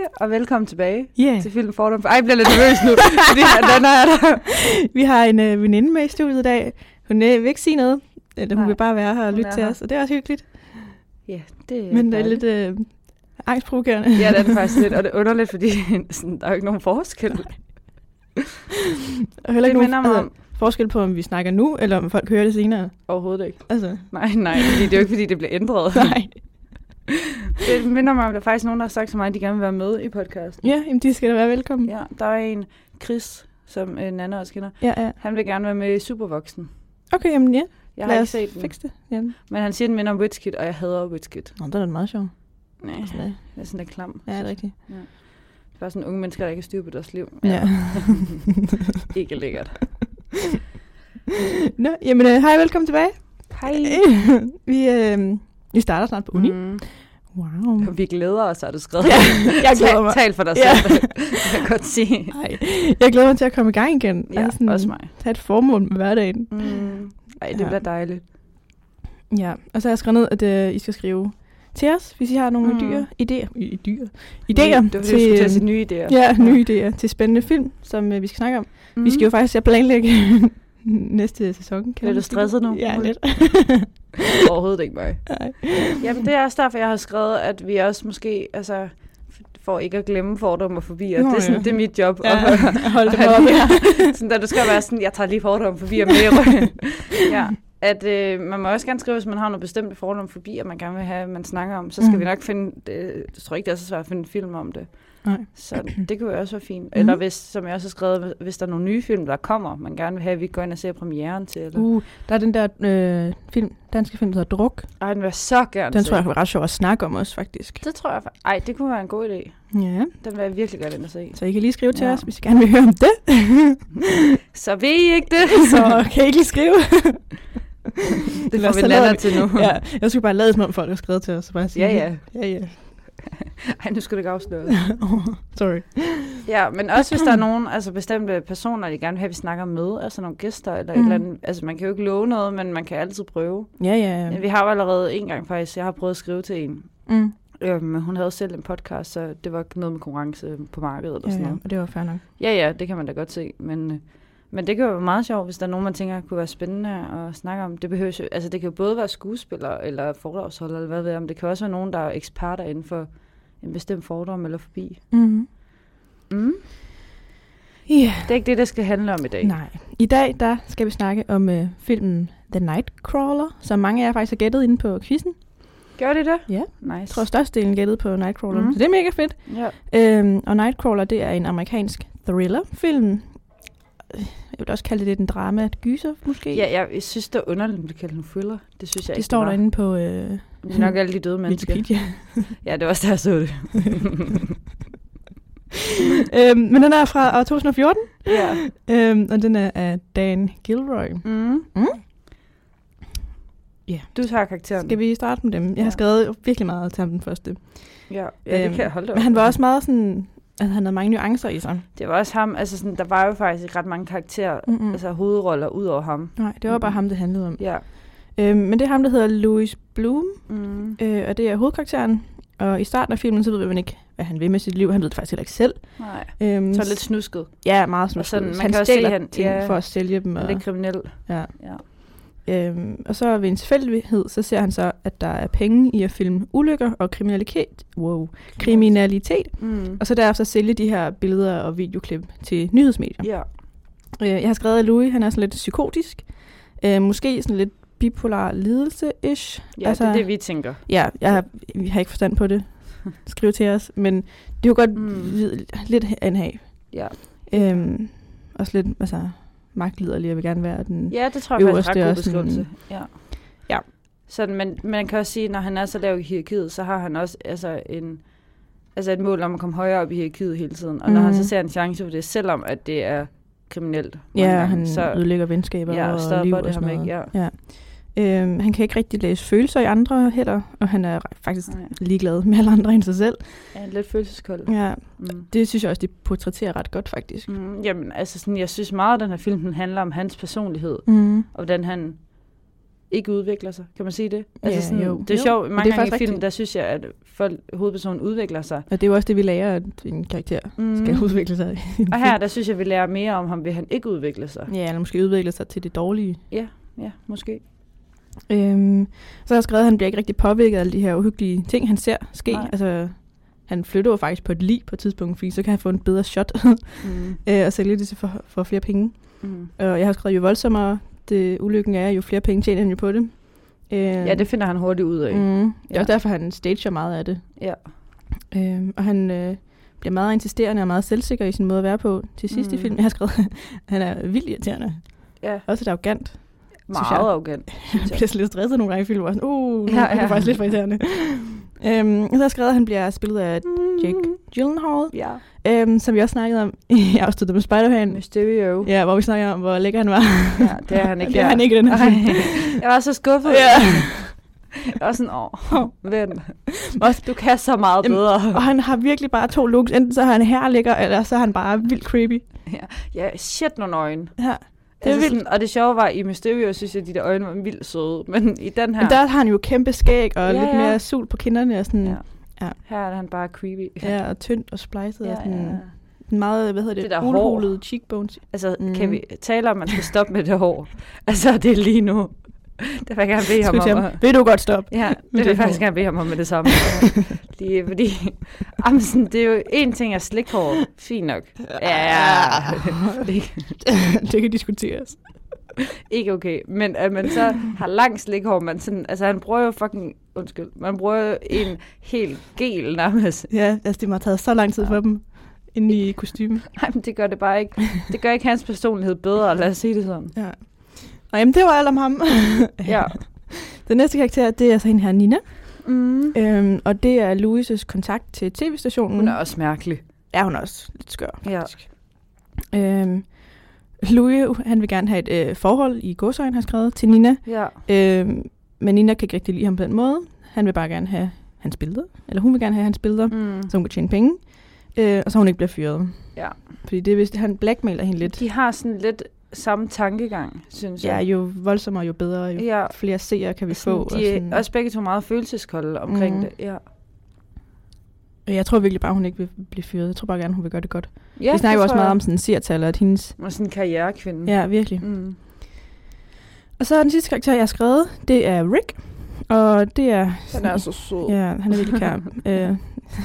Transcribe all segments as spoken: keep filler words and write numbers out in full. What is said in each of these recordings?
og velkommen tilbage yeah. til Film Fordom. Ej, jeg bliver lidt nervøs nu, fordi den er der. Vi har en øh, veninde med i studiet i dag. Hun øh, vil ikke sige noget, eller hun Nej. vil bare være her og lytte til her. os, og det er også hyggeligt. Ja, det er Men det er lidt øh, angstprovokerende. Ja, det er det faktisk lidt, og det er underligt, fordi sådan, der er jo ikke nogen forskel. Og heller ikke nogen altså, forskel på, om vi snakker nu, eller om folk hører det senere. Overhovedet ikke. Altså. Nej, nej, fordi det er jo ikke, fordi det bliver ændret. Nej. Det minder mig om, at der er faktisk nogen, der har sagt så meget, at de gerne vil være med i podcasten. Ja, jamen, de skal da være velkommen. Ja, der er en, Chris, som en anden også kender. Ja, ja. Han vil gerne være med i Supervoksen. Okay, jamen ja. Jeg har ikke set den. Det. Ja. Men han siger, den minder om WizKid, og jeg hader WizKid. Nå, det er da meget sjovt. Nej, det er sådan lidt klam. Ja, det er rigtigt. Ja. Det er bare sådan unge mennesker, der ikke har styr på deres liv. Ja. ja. Ikke lækkert. Nå, jamen øh, hej, velkommen tilbage. Hej. vi, øh, vi starter snart på uni. Mm. Wow. Vi glæder os, har du skrevet. Ja, jeg glæder mig. Tal for dig ja. selv. Jeg kan godt sige. Nej, jeg glæder mig til at komme i gang igen. Ja, altså sådan, også mig. Tage et formål med hverdagen. Mm. Ej, det ja. bliver dejligt. Ja, og så har jeg skrevet ned, at uh, I skal skrive til os, hvis I har nogle mm. dyre idéer. I, dyre. Idéer. Det var til, det, til nye idéer. Ja, nye idéer til spændende film, som uh, vi skal snakke om. Mm. Vi skal jo faktisk planlægge næste sæson. Kan er du stresset nu? Ja, lidt. Overhovedet ikke mig. Nej. Jamen, det er også derfor, jeg har skrevet, at vi også måske, altså, for ikke at glemme fordomme og forbier. Nå, det, er sådan, ja. det er mit job. Ja, at, hold det op. Ja. Sådan, der du skal være sådan, jeg tager lige fordomme forbi og mere. Ja. At øh, man må også gerne skrive, hvis man har nogle bestemte fordomme forbi, og man gerne vil have, at man snakker om, så skal mm. vi nok finde, det, jeg tror ikke, det er så svært at finde en film om det. Nej. Så det kunne jo også være fint. Mm. Eller hvis, som jeg også har skrevet, hvis der er nogle nye film, der kommer, man gerne vil have, at vi går ind og ser premieren til. Eller? Uh, der er den der øh, film, danske film, der hedder Druk. Ej, den vil jeg så gerne Den se. tror jeg er ret sjov at snakke om også, faktisk. Det tror jeg. Ej, det kunne være en god idé. Ja. Den vil jeg virkelig godt ind og se. Så I kan lige skrive til ja. os, hvis I gerne vil høre om det. Så ved I ikke det? Så kan I ikke lige skrive. Det får vi lander til nu. Ja, jeg skulle bare lade som om folk har skrevet til os. Så bare sige, ja, ja. Ja, ja. Ej, nu skal du ikke afsløre. oh, sorry. Ja, men også hvis der er nogen altså bestemte personer, de gerne vil have, vi snakker med, altså nogle gæster eller mm. et eller andet. Altså man kan jo ikke love noget, men man kan altid prøve. Ja, ja, ja. Vi har jo allerede en gang faktisk, jeg har prøvet at skrive til en. Mm. Øhm, hun havde selv en podcast, så det var noget med konkurrence på markedet og ja, sådan ja, noget. og det var fair nok. Ja, ja, det kan man da godt se, men... Men det kan jo være meget sjovt, hvis der er nogen, man tænker, kunne være spændende at snakke om. Det behøver jo, altså det kan jo både være skuespillere eller foredragsholder, eller hvad ved jeg, men det kan også være nogen, der er eksperter inden for en bestemt fordom eller forbi. Mm. Mm. Yeah. Det er ikke det, der skal handle om i dag. Nej. I dag, der skal vi snakke om uh, filmen The Nightcrawler, som mange af jer faktisk har gættet inde på quizzen. Gør de det? Ja. Nice. Jeg tror, størstedelen gættede på Nightcrawler, mm. så det er mega fedt. Ja. Øhm, og Nightcrawler, det er en amerikansk thriller-film. Jeg vil også kalde det en drama, et gyser, måske. Ja, jeg, jeg synes, det er underligt, at det kalder en thriller. Det synes jeg det ikke, står det derinde på... Øh, det er nok alle de døde mennesker. Wikipedia. Ja, det var også der, jeg så det. øhm, men den er fra år to tusind og fjorten. Ja. Øhm, og den er af Dan Gilroy. Mm. Mm? Ja. Du tager karakteren. Skal vi starte med dem? Jeg ja. har skrevet virkelig meget til ham den første. Ja, ja det øhm, kan jeg holde op. Men han var også meget sådan... Altså, han havde mange nuancer i sig. Det var også ham, altså sådan, der var jo faktisk ikke ret mange karakterer, mm-hmm. altså hovedroller ud over ham. Nej, det var mm-hmm. bare ham, det handlede om. Ja. Øhm, men det er ham, der hedder Louis Bloom, mm. øh, og det er hovedkarakteren. Og i starten af filmen, så ved man ikke, hvad han vil med sit liv. Han ved det faktisk heller ikke selv. Nej, øhm, så lidt snusket. Ja, meget snusket. Sådan, man han kan stjæler se, han, ting ja, for at sælge dem. Og, lidt kriminel. Ja. ja. Øhm, og så ved en tilfældighed, så ser han så, at der er penge i at filme ulykker og kriminalitet. Wow. Kriminalitet. Mm. Og så derefter sælge de her billeder og videoklip til nyhedsmedier. Ja. Øh, jeg har skrevet, at Louis, han er sådan lidt psykotisk. Øh, måske sådan lidt bipolar lidelse-ish. Ja, altså, det er det, vi tænker. Ja, jeg har, vi har ikke forstand på det. Skriv til os. Men det er jo godt mm. vide, lidt anhag. Ja. Øhm, også lidt, altså... magtliderlig, jeg vil gerne være den ja, det tror jeg faktisk er ret god beskrivelse. Ja. Ja. Sådan, men man kan også sige, når han er så lav i hierarkiet, så har han også altså, en, altså et mål om at komme højere op i hierarkiet hele tiden. Og mm-hmm. når han så ser en chance for det, selvom at det er kriminelt. Ja, gange, han så ødelægger venskaber ja, og liv det og sådan ham noget. Ikke, ja. Ja. Øhm, han kan ikke rigtig læse følelser i andre heller, og han er faktisk Nej. ligeglad med alle andre end sig selv. Ja, lidt følelseskold. Ja, mm. det synes jeg også, de portrætterer ret godt faktisk. Mm, jamen, altså sådan, jeg synes meget, at den her film den handler om hans personlighed, mm. og hvordan han ikke udvikler sig. Kan man sige det? Altså Ja, sådan, jo. det er Jo. sjovt. Mange Det er gange i faktisk film, rigtigt. der synes jeg, at folk, hovedpersonen udvikler sig. Og det er jo også det, vi lærer, at en karakter Mm. skal udvikle sig. Og her, der synes jeg, vi lærer mere om ham, vil han ikke udvikle sig. Ja, eller måske udvikle sig til det dårlige. Ja, ja, måske. Øhm, så har jeg skrevet, at han bliver ikke rigtig påvirket af alle de her uhyggelige ting, han ser ske. Nej. Altså, han flytter jo faktisk på et lig på et tidspunkt, fordi så kan han få en bedre shot Mm. øh, og sælge det til for, for flere penge. Mm. Og jeg har skrevet, jo voldsommere det ulykken er, jo flere penge tjener han jo på det. Øh, Ja, det finder han hurtigt ud af. Mm, det er Ja. også derfor, han stager meget af det. Ja. Øh, og han øh, bliver meget insisterende og meget selvsikker i sin måde at være på. Til sidst Mm. i filmen, jeg har skrevet, han er vildt irriterende. Ja. Også et arrogant. Meget jeg. arrogant. Jeg bliver lidt stresset nogle gange i filmen. Sådan, uh, Ja, ja, ja. Det ja. er faktisk lidt for irriterende. øhm, og så har jeg skrevet, at han bliver spillet af Jake Mm. Gyllenhaal, Ja. øhm, som vi også snakkede om i afsnittet med Spider-Man. Mysterio. Ja, hvor vi snakker om, hvor lækker han var. Ja, det er han ikke. Det er her. han ikke i den her Ej, film. jeg var så skuffet. Ja. Jeg var sådan, åh, ven. Du kan så meget Jamen, bedre. Og han har virkelig bare to looks. Enten så er han herlækker, eller så er han bare vildt creepy. Ja, ja shit nogle øjne. Ja. Det er Altså vildt. Sådan, og det sjove var, i Mysterio, synes jeg, at de der øjne var vildt søde. Men i den her... Men der har han jo kæmpe skæg og Ja, lidt ja. mere sul på kinderne. Og sådan, Ja. Ja. Her er han bare creepy. ja, og tyndt og splicet. Ja, og sådan, ja. en meget, hvad hedder det, Det der udhulede cheekbones. Altså, Mm. mm. kan vi tale om, at man skal stoppe med det hår? Altså, det er lige nu. Det vil jeg gerne bede ham Skulle om. til at- ham, vil du godt stoppe? Ja, Men det vil det jeg er faktisk hår. gerne bede ham om med det samme. Lige, fordi, jamen, sådan, det er jo en ting af slikhår. Fint nok. Ja, det Det kan diskuteres. ikke okay. Men at man så har langt slikhår, man sådan, altså han bruger jo fucking, undskyld, man bruger jo en helt gel nærmest. Ja, altså det må have taget så lang tid for dem inde i kostymen. Nej, men det gør det bare ikke. Det gør ikke hans personlighed bedre, lad os sige det sådan. Ja. Og jamen, det var alt om ham. Ja. Den næste karakter, det er altså hende her, Nina. Mm. Øhm, og det er Louis' kontakt til tv-stationen. Hun er også mærkelig. Ja, hun er også lidt skør, Ja. faktisk. Øhm, Louis, han vil gerne have et øh, forhold i godsøjen, har skrevet til Nina. Ja. Øhm, men Nina kan ikke rigtig lide ham på den måde. Han vil bare gerne have hans billeder. Eller hun vil gerne have hans billeder, Mm. så hun kan tjene penge. Øh, og så hun ikke bliver fyret. Ja. Fordi det er vist, han blackmailer hende lidt. De har sådan lidt samme tankegang, synes Ja, jeg. jo voldsommere, jo bedre, jo Ja. flere seere kan vi Sådan, få. de er sådan. også begge to meget følelseskolde omkring Mm. det. Ja. Jeg tror virkelig bare, hun ikke vil blive fyret. Jeg tror bare gerne, hun vil gøre det godt. Ja, Vi snakker jo det også tror meget jeg. om sådan seertal, og at hendes... Og sådan en karrierekvinde. Ja, virkelig. Mm. Og så den sidste karakter, jeg har skrevet, det er Rick. Og det er... Den er så sød. Ja, han er virkelig kær. øh,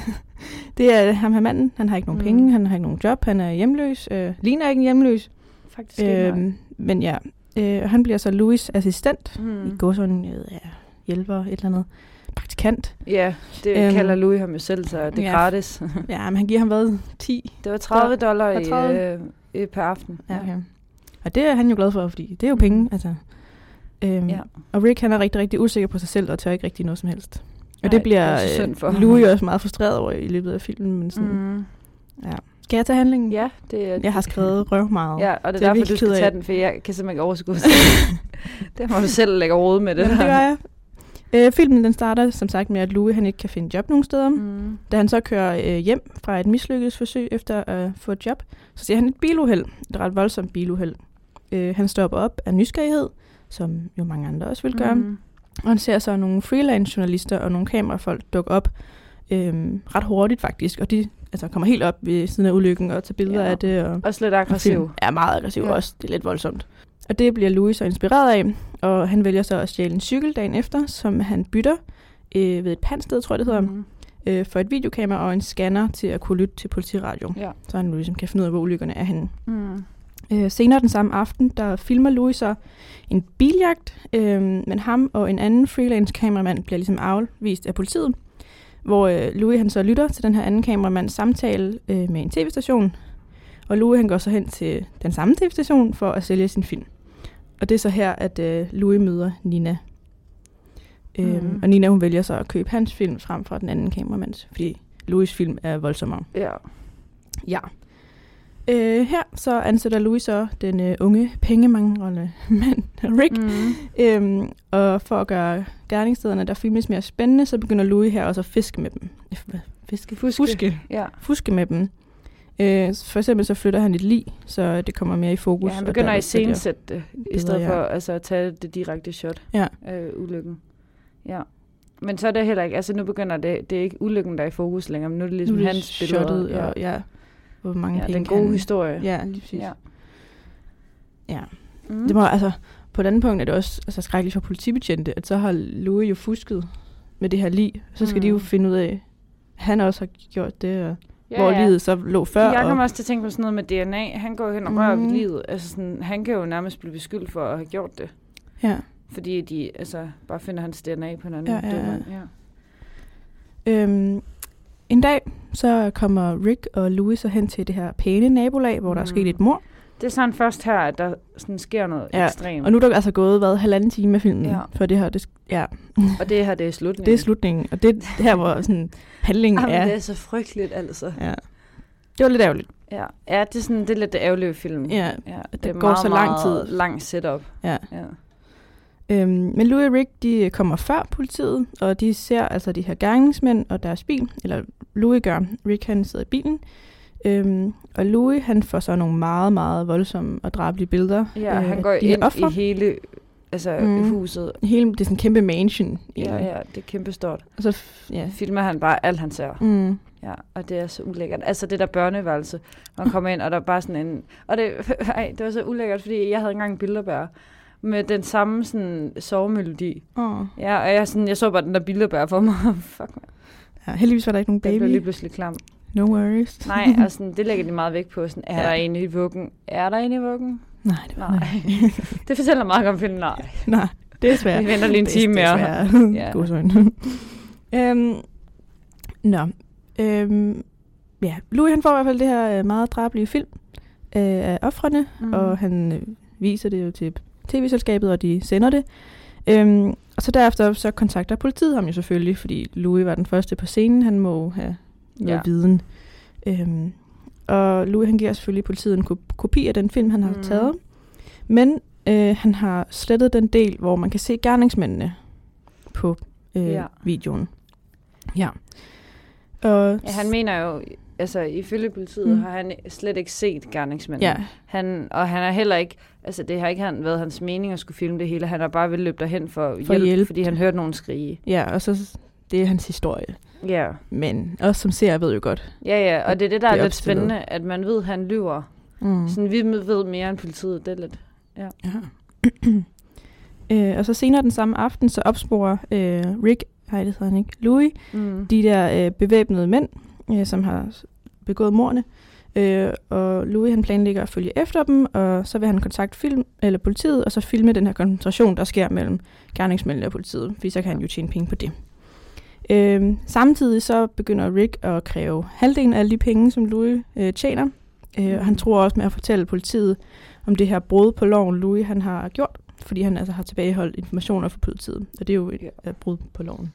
det er ham her manden. Han har ikke nogen Mm. penge, han har ikke nogen job, han er hjemløs. Øh, ligner ikke en hjemløs. Faktisk ikke, nej. Øh, men ja, øh, han bliver så Louis' assistent. Mm. I går sådan, jeg ved, ja, hjælper, et eller andet. Praktikant. Ja, det Øhm, kalder Louis ham jo selv, så det er ja. gratis. Ja, men han giver ham hvad? ti? Det var tredive dollar i, tredive. øh, per aften. Ja, okay. Og det er han jo glad for, fordi det er jo penge, altså. Øhm, Ja. Og Rick, han er rigtig, rigtig usikker på sig selv, og tør ikke rigtig noget som helst. Og Nej, det bliver det er så synd for øh, ham. Louis også meget frustreret over i løbet af filmen. Men sådan, Mm. ja. Skal jeg tage handlingen? Ja, det er... Jeg har skrevet røv meget. Ja, og det er, Det er derfor, virkelig du skal ked af. tage den, for jeg kan simpelthen ikke overskue det. Det må du selv lægge råd med det. Jamen, det der. gør jeg. Øh, filmen den starter som sagt med, at Louis han ikke kan finde job nogen steder. Mm. Da han så kører øh, hjem fra et mislykket forsøg efter at øh, få et job, så ser han et biluheld. Et ret voldsomt biluheld. Øh, han stopper op af nysgerrighed, som jo mange andre også vil gøre. Mm. Og han ser så nogle freelance-journalister og nogle kamerafolk dukke op øhm, ret hurtigt faktisk. Og de altså, kommer helt op ved siden af ulykken og tager billeder Ja. af det. Og, Også lidt aggressiv. og er meget aggressiv Ja. også. Det er lidt voldsomt. Og det bliver Louis så inspireret af. Og han vælger så at stjæle en cykel dagen efter, som han bytter øh, ved et pantsted, tror jeg det hedder, Mm. øh, for et videokamera og en scanner til at kunne lytte til politiradio. Ja. Så han ligesom kan finde ud af, hvor ulykkerne er henne. Mm. Øh, senere den samme aften, der filmer Louis så en biljagt, øh, men ham og en anden freelance kameramand bliver ligesom afvist af politiet, hvor øh, Louis han så lytter til den her anden kameramands samtale øh, med en tv-station, og Louis han går så hen til den samme tv-station for at sælge sin film. Og det er så her, at øh, Louis møder Nina. Mm. Øhm, og Nina hun vælger så at købe hans film frem for den anden kameramands, fordi Louis' film er voldsommere. Ja. Ja. Øh, her så ansætter Louis så den øh, unge pengemanglende mand, Rick. Mm. Øhm, og for at gøre gerningsstederne, der filmes mere spændende, så begynder Louis her også at fiske med dem. F- hvad? Fiske? Fuske. Fuske. Ja. Fuske med dem. Øh, for eksempel så flytter han et lig, så det kommer mere i fokus. Ja, han begynder at iscenesætte det, i stedet for altså, at tage det direkte shot ja. af ulykken. Ja. Men så er det heller ikke, altså nu begynder det, det er ikke ulykken, der er i fokus længere, men nu er det ligesom nu er det hans billede. Ja. Og, ja, hvor mange ja, penge den gode han... historie. Ja, lige præcis. Ja. ja. Mm. Det må, altså, på et andet punkt er det også altså, skrækkeligt for politibetjente, at så har Louis jo fusket med det her lig. Så skal mm. de jo finde ud af, at han også har gjort det, og ja, hvor ja. livet så lå før. Jeg kommer også til at tænke på sådan noget med D N A. Han går hen og rører mm. ved livet. Altså sådan, han kan jo nærmest blive beskyldt for at have gjort det. Ja. Fordi de altså, bare finder hans D N A på en anden ja, ja, ja. ja. Øhm, en dag, så kommer Rick og Louis så hen til det her pæne nabolag, hvor mm. der er sket et mord. Det er sådan først her, at der sådan sker noget ja. ekstremt. Og nu er der altså gået, hvad, halvanden time af filmen, ja. for det her. Det, ja. Og det her, det er slutningen. Det er slutningen, og det er her, hvor sådan, handlingen Jamen, er. det er så frygteligt, altså. Ja. Det var lidt ærgerligt. Ja, ja det er sådan, det er lidt ærgerligt film. Ja, ja det, det er går meget, så lang tid. Meget lang setup. Ja. ja. Øhm, men Louis og Rick, de kommer før politiet, og de ser altså de her gerningsmænd og deres bil, eller Louis gør, Rick han sidder i bilen, øhm, og Louis han får så nogle meget, meget voldsomme og drabelige billeder. Ja, øh, han går ind i hele altså, mm. huset. Hele, det er sådan en kæmpe mansion. Ja, ja, det er kæmpe stort. Og så f- ja. filmer han bare alt, han ser. Mm. Ja, og det er så ulækkert. Altså det der børneværelse, man kommer ind, og der er bare sådan en... Og det, ej, det var så ulækkert, fordi jeg havde engang en bilderbær med den samme sådan sovemelodi. Oh. Ja, og jeg, sådan, jeg så bare den der bilderbær for mig. Fuck, man. Ja, heldigvis var der ikke nogen baby. Det blev lige pludselig klam. No worries. Nej, og sådan, det lægger de meget vægt på. Sådan, er ja. der en i vuggen? Er der en i vuggen? Nej, det var nej. Det fortæller meget om filmen. Nej. Nej, det er svært. Vi venter lige en time mere. Ja. God søgn. øhm, nå. Øhm, ja, Louis han får i hvert fald det her meget drabelige film øh, af ofrene, mm. og han øh, viser det jo til tv-selskabet, og de sender det. Øhm, og så derefter så kontakter politiet ham jo selvfølgelig, fordi Louis var den første på scenen. Han må have noget ja. viden. Øhm, og Louis han giver selvfølgelig politiet en kopi af den film, han har mm. taget. Men øh, han har slettet den del, hvor man kan se gerningsmændene på øh, ja. videoen. Ja. Og ja, han mener jo, altså ifølge politiet mm. har han slet ikke set gerningsmændene. Ja. Han, og han har heller ikke, altså det har ikke han, været hans mening at skulle filme det hele. Han har bare ville løbe derhen for, for hjælp, hjælp, fordi han hørte nogen skrige. Ja, og så det er hans historie. Ja. Men også som ser ved jo godt. Ja, ja, og det er det, der det er lidt spændende, at man ved, at han lyver. Mm. Sådan, vi ved mere end politiet, det er lidt, ja. ja. øh, og så senere den samme aften, så opsporer øh, Rick, nej, det hedder han ikke, Louis, mm. de der øh, bevæbnede mænd, øh, som har begået mordene. Øh, og Louis han planlægger at følge efter dem, og så vil han kontakte film, eller politiet, og så filme den her koncentration, der sker mellem gerningsmændene og politiet, fordi så kan han jo tjene penge på det. Øh, samtidig så begynder Rick at kræve halvdelen af alle de penge, som Louis øh, tjener. Øh, og han tror også med at fortælle politiet om det her brud på loven, Louis han har gjort, fordi han altså har tilbageholdt informationer fra politiet. Og det er jo et ja. brud på loven.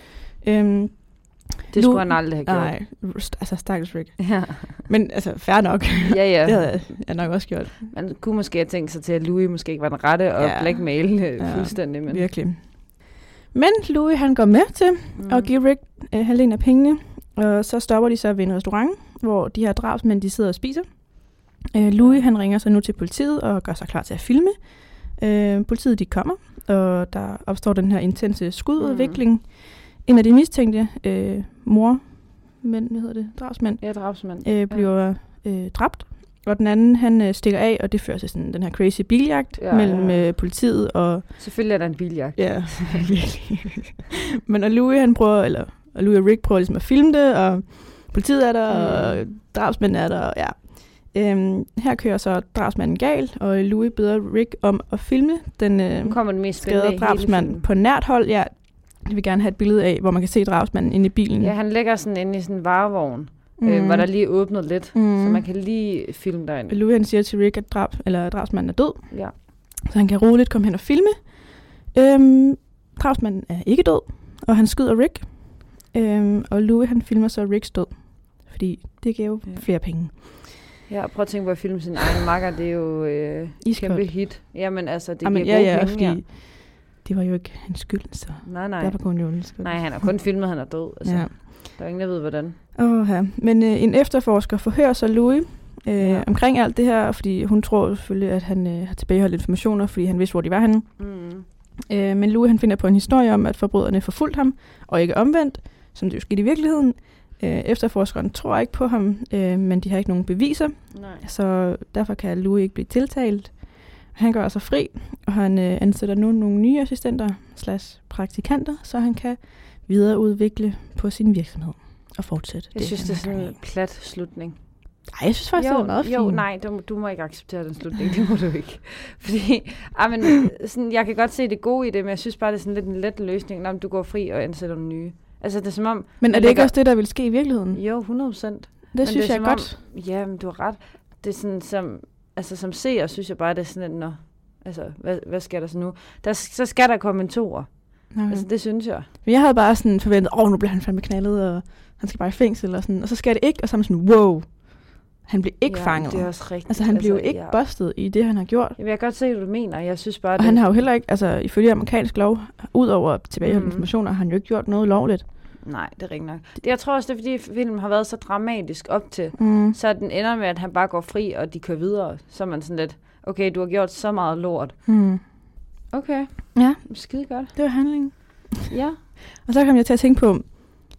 Øh, det skulle han aldrig have gjort. Nej, altså stakkels Rick. Ja. Men altså, fair nok. Ja, ja. Det havde jeg nok også gjort. Man kunne måske have tænkt sig til, at Louis måske ikke var den rette og ja. blackmail ja, fuldstændig. Men. Virkelig. Men Louis han går med til mm. at give Rick øh, halvdelen af pengene, og så stopper de så ved en restaurant, hvor de her drabsmænd, de sidder og spiser. Øh, Louis han ringer så nu til politiet og gør sig klar til at filme. Øh, politiet de kommer, og der opstår den her intense skududvikling. Mm. En af de mistænkte øh, mor, mænd, hvad hedder det, drabsmænd, ja, drabsmænd. Øh, bliver øh, dræbt. Og den anden, han øh, stikker af, og det fører til sådan den her crazy biljagt ja, mellem øh, politiet og... Selvfølgelig er der en biljagt. Ja, virkelig. Men og Louis, han prøver, eller og Louis og Rick prøver ligesom at filme det, og politiet er der, mm. og drabsmænd er der, og ja. Øhm, her kører så drabsmanden galt, og Louis beder Rick om at filme den øh, skadede drabsmand på nært hold. Ja, de vil gerne have et billede af, hvor man kan se drabsmanden inde i bilen. Ja, han ligger sådan inde i sådan en varevogn. Mm. Øh, hvor der lige åbnet lidt, mm. så man kan lige filme derinde. Louis han siger til Rick, at drab, eller drabsmanden er død, ja. så han kan roligt komme hen og filme. Øhm, drabsmanden er ikke død, og han skyder Rick. Øhm, og Louis han filmer så Ricks død, fordi det giver jo ja. flere penge. Ja, prøv at tænke på at filme sin egen makker, det er jo øh, kæmpe hit. Jamen altså, det Jamen, giver ja, gode ja, penge, ja. Det var jo ikke hans skyld, så nej, nej. der var kun jo skyld. Nej, han har kun filmet, han er død. Altså. Ja. Der er ingen, der ved, hvordan. Åh, ja. Men øh, en efterforsker forhører så Louis øh, ja. omkring alt det her, fordi hun tror selvfølgelig, at han øh, har tilbageholdt informationer, fordi han vidste, hvor de var henne. Mm. Øh, men Louis han finder på en historie om, at forbryderne forfulgte ham, og ikke omvendt, som det jo skete i virkeligheden. Øh, efterforskeren tror ikke på ham, øh, men de har ikke nogen beviser, Nej. så derfor kan Louis ikke blive tiltalt. Han går altså fri, og han øh, ansætter nu nogle nye assistenter slash praktikanter, så han kan videreudvikle på sin virksomhed og fortsætte. Jeg det, synes, det er sådan en plat slutning. Nej, jeg synes faktisk, jo, det er meget fint. Jo, nej, du, du må ikke acceptere den slutning. Det må du ikke. Fordi, ah, men, sådan, jeg kan godt se det gode i det, men jeg synes bare, det er sådan lidt en let løsning, når du går fri og ansætter nogle nye. Altså, det er som om... Men er det ikke også det, der vil ske i virkeligheden? Jo, hundrede procent. Det men synes det er jeg er godt. Om, ja, men du har ret. Det er sådan, som, altså, som seer, synes jeg bare, det er sådan, når, altså, hvad, hvad sker der så nu? Der, så skal der komme en toer. Okay. Altså, det synes jeg. Men jeg havde bare sådan forventet, åh, oh, nu bliver han fandme knaldet, og han skal bare i fængsel, og sådan. Og så skal det ikke, og så er man sådan, wow, han bliver ikke ja, fanget. Det er også rigtigt. Altså, han altså, bliver jo ikke ja. bustet i det, han har gjort. Jeg vil godt se, hvad du mener. Jeg synes bare, og det... han har jo heller ikke, altså, ifølge amerikansk lov, ud over tilbageholdte mm. informationer, har han jo ikke gjort noget lovligt. Nej, det er rigtigt nok. Det, jeg tror også, det er, fordi filmen har været så dramatisk op til, mm. så den ender med, at han bare går fri, og de kører videre. Så er man sådan lidt, okay, du har gjort så meget lort. Mm. Okay. Ja. Skide godt. Det var handlingen. Ja. Og så kom jeg til at tænke på,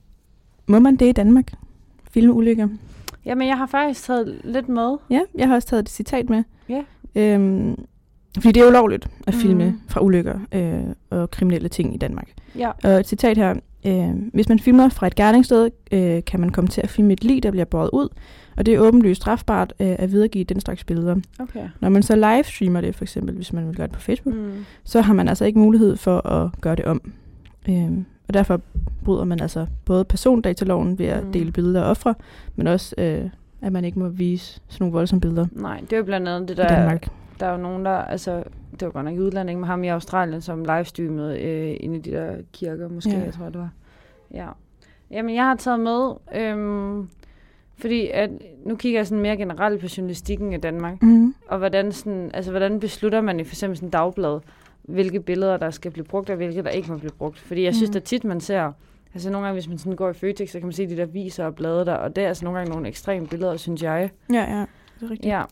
må man det i Danmark? Filmulykker? Jamen, jeg har faktisk taget lidt med. Ja, jeg har også taget et citat med. Ja. Øhm, fordi det er ulovligt at filme mm. fra ulykker øh, og kriminelle ting i Danmark. Ja. Og et citat her. Øh, hvis man filmer fra et gerningssted, øh, kan man komme til at filme et lig, der bliver båret ud, og det er åbenlyst strafbart øh, at videregive den slags billeder. Okay. Når man så livestreamer det, for eksempel, hvis man vil gøre det på Facebook, mm. så har man altså ikke mulighed for at gøre det om. Øh, og derfor bryder man altså både persondataloven ved at mm. dele billeder af ofre, men også, øh, at man ikke må vise sådan nogle voldsomme billeder. Nej, det er jo blandt andet det der... Danmark. Der er jo nogen, der... Altså, det var godt nok i udlandet, med ham i Australien, som livestreamede øh, inde i de der kirker, måske, ja. jeg tror, det var. Ja. Jamen, jeg har taget med, øhm, fordi at, nu kigger jeg sådan mere generelt på journalistikken i Danmark, mm. og hvordan, sådan, altså, hvordan beslutter man i for eksempel sådan en dagblad, hvilke billeder, der skal blive brugt, og hvilke, der ikke må blive brugt. Fordi jeg synes, mm. at tit man ser, altså nogle gange, hvis man sådan går i Føtex, så kan man se de der viser og blade der, og det er altså nogle gange nogle ekstreme billeder, synes jeg. Ja, ja, det er rigtigt. Ja.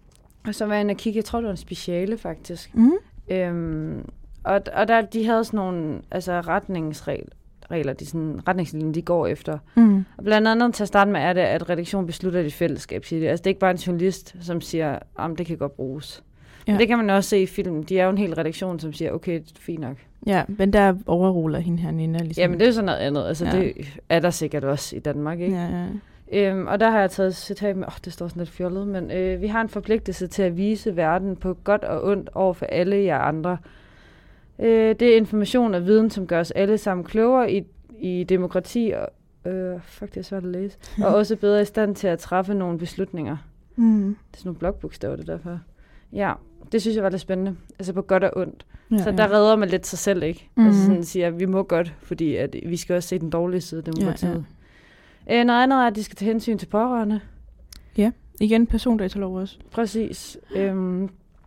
Og så var jeg inde og kigge, jeg tror, det var en speciale, faktisk. Mm. Øhm, og, og der, de havde sådan nogle altså, retningsregler, regler, de sådan, retningslinjer, de går efter. Mm. Og blandt andet til at starte med er det, at redaktionen beslutter det i fællesskab, siger det. Altså det er ikke bare en journalist, som siger, at det kan godt bruges. Ja. Men det kan man også se i filmen. De er jo en hel redaktion, som siger, okay, det er fint nok. Ja, men der overruler hende her, Nina. Ligesom. Jamen det er sådan noget andet. Altså ja. Det er der sikkert også i Danmark, ikke? Ja, ja. Øhm, og der har jeg taget et citat med, åh, oh, det står sådan lidt fjollet, men øh, vi har en forpligtelse til at vise verden på godt og ondt over for alle jer andre. Øh, det er information og viden, som gør os alle sammen klogere i, i demokrati, og, øh, fuck, det er svært at læse, og også bedre i stand til at træffe nogle beslutninger. Mm. Det er sådan nogle blokbogstaver, det derfor. Ja, det synes jeg var lidt spændende. Altså på godt og ondt. Ja, så ja. der redder man lidt sig selv, ikke? Mm. Altså sådan siger, at vi må godt, fordi at vi skal også se den dårlige side af demokratiet. Ja, ja. Øh, noget andet er, at de skal tage hensyn til pårørende. Ja, igen persondatalov også. Præcis. Øhm,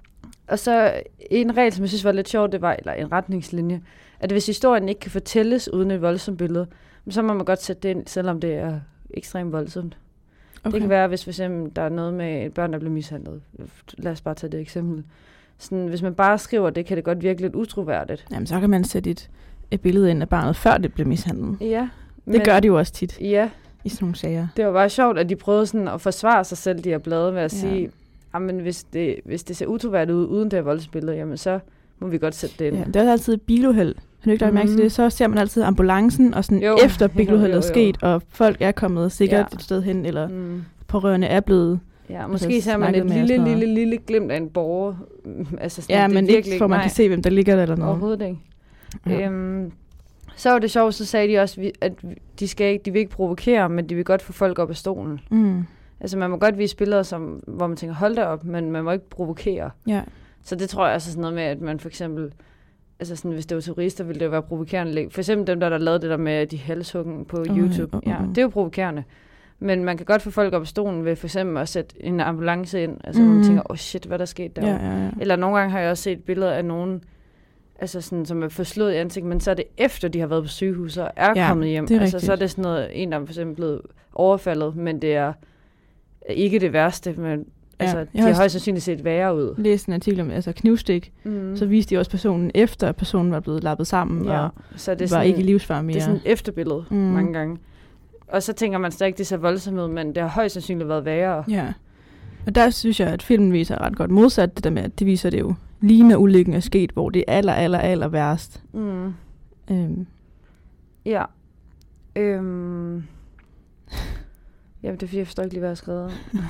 og så en regel, som jeg synes var lidt sjov, det var, eller en retningslinje, at hvis historien ikke kan fortælles uden et voldsomt billede, så må man godt sætte det ind, selvom det er ekstremt voldsomt. Okay. Det kan være, hvis for eksempel der er noget med et børn, der bliver mishandlet. Lad os bare tage det eksempel. Sådan, hvis man bare skriver det, kan det godt virke lidt utroværdigt. Jamen, så kan man sætte et, et billede ind af barnet, før det bliver mishandlet. Ja. Det men, gør de jo også tit. Ja. I sådan nogle sager. Det var bare sjovt, at de prøvede sådan at forsvare sig selv, de her blade, med at ja. sige, jamen hvis det, hvis det ser utroværdigt ud, uden det her voldsbillede, jamen så må vi godt sætte det ind. Ja, det er altid et biluheld. Har du ikke lagt mærke til det? Så ser man altid ambulancen, og sådan jo. efter biluheldet er sket, og folk er kommet sikkert ja. et sted hen, eller mm. pårørende er blevet... Ja, måske altså, ser man et lille, lille, lille glimt af en borger. Altså sådan, ja, men ikke for man kan se, hvem der ligger der eller noget. Overhovedet ikke. Ja. Øhm, så var det sjovt, så sagde de også, at de, skal ikke, de vil ikke provokere, men de vil godt få folk op af stolen. Mm. Altså man må godt vise billeder, som, hvor man tænker, hold da op, men man må ikke provokere. Ja. Så det tror jeg altså sådan noget med, at man for eksempel, altså sådan, hvis det var turister, ville det jo være provokerende. For eksempel dem, der, der lavede det der med de halshuggen på oh, YouTube. Oh, oh, oh. Ja, det er jo provokerende. Men man kan godt få folk op af stolen ved for eksempel at sætte en ambulance ind, altså mm. hvor man tænker, åh oh shit, hvad der skete der? Ja, ja, ja. Eller nogle gange har jeg også set billeder af nogen, altså sådan, som er forslået i ansigt, men så er det efter, de har været på sygehus og er ja, kommet hjem. Altså, så er det sådan noget, en, der er for eksempel blevet overfaldet, men det er ikke det værste, men ja, altså, de har højst sandsynligt set værre ud. Læste en artikel om altså knivstik, mm. så viste de også personen efter, at personen var blevet lappet sammen, ja, og så det var sådan, ikke i livsfare mere. Det er sådan et efterbillede mm. mange gange. Og så tænker man stadig, det er så voldsomt ud, men det har højst sandsynligt været værre. Ja, og der synes jeg, at filmen viser ret godt modsat det der med, at det viser det jo lige når ulykken er sket, hvor det er aller, aller, aller værst. Mm. Øhm. Ja. Øhm. Jamen, det er fordi, jeg forstår ikke lige, hvad jeg har skrevet.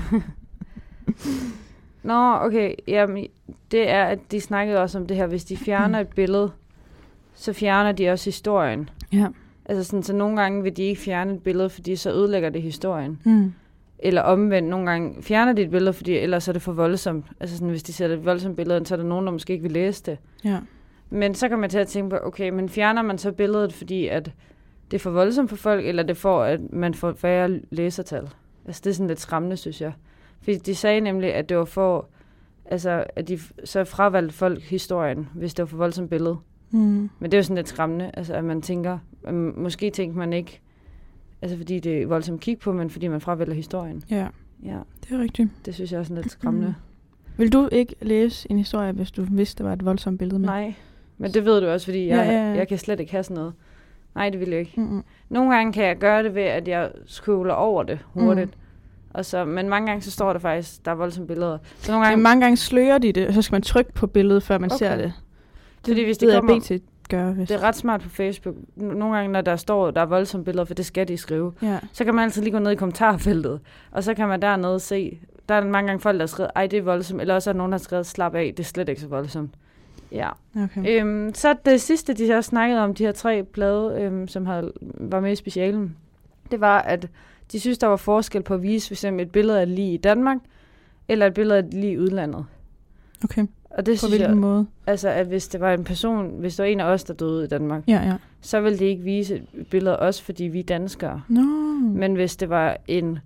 Nå, okay. Jamen, det er, at de snakkede også om det her, hvis de fjerner et billede, så fjerner de også historien. Ja. Altså sådan, så nogle gange vil de ikke fjerne et billede, fordi så ødelægger det historien. Mm. Eller omvendt, nogle gange fjerner de et billede, fordi ellers er det for voldsomt. Altså sådan, hvis de sætter et voldsomt billede, så er der nogen, der måske ikke vil læse det. Ja. Men så kan man til at tænke på, okay, men fjerner man så billedet, fordi at det er for voldsomt for folk, eller det får, at man får færre læsertal? Altså det er sådan lidt skræmmende, synes jeg. Fordi de sagde nemlig, at det var for, altså at de så fravalgte folk historien, hvis det var for voldsomt billede. Mm. Men det er jo sådan lidt skræmmende, altså at man tænker, at måske tænker man ikke, altså fordi det er voldsomt kig på, men fordi man fravælger historien. Ja, ja, det er rigtigt. Det synes jeg er sådan lidt skræmmende. Mm. Vil du ikke læse en historie, hvis du vidste, der var et voldsomt billede med? Nej, men det ved du også, fordi jeg, ja, ja, ja. jeg kan slet ikke have sådan noget. Nej, det vil jeg ikke. Mm-hmm. Nogle gange kan jeg gøre det ved, at jeg scroller over det hurtigt. Mm. Og så, men mange gange så står der faktisk, der er voldsomme billeder. Så nogle gange, ja, mange gange slører de det, og så skal man trykke på billedet, før man okay. ser det. Det, fordi hvis det kommer, B T gør, hvis. Det er ret smart på Facebook. Nogle gange, når der står, der er voldsomme billeder, for det skal de skrive, ja. Så kan man altid lige gå ned i kommentarfeltet, og så kan man dernede se, der er mange gange folk, der har skrevet, ej, det er voldsomt, eller også er der nogen, der har skrevet, slap af, det er slet ikke så voldsomt. Ja. Okay. Øhm, så det sidste, de har snakket om, de her tre blade, øhm, som har, var med i specialen, det var, at de synes, der var forskel på at vise for eksempel et billede af lige i Danmark, eller et billede af lige i udlandet. Okay. Og det på synes hvilken jeg, måde? Altså, at hvis det var en person, hvis det var en af os, der døde i Danmark, ja, ja. så ville det ikke vise et billede af os, fordi vi er danskere. No. Men hvis det var en,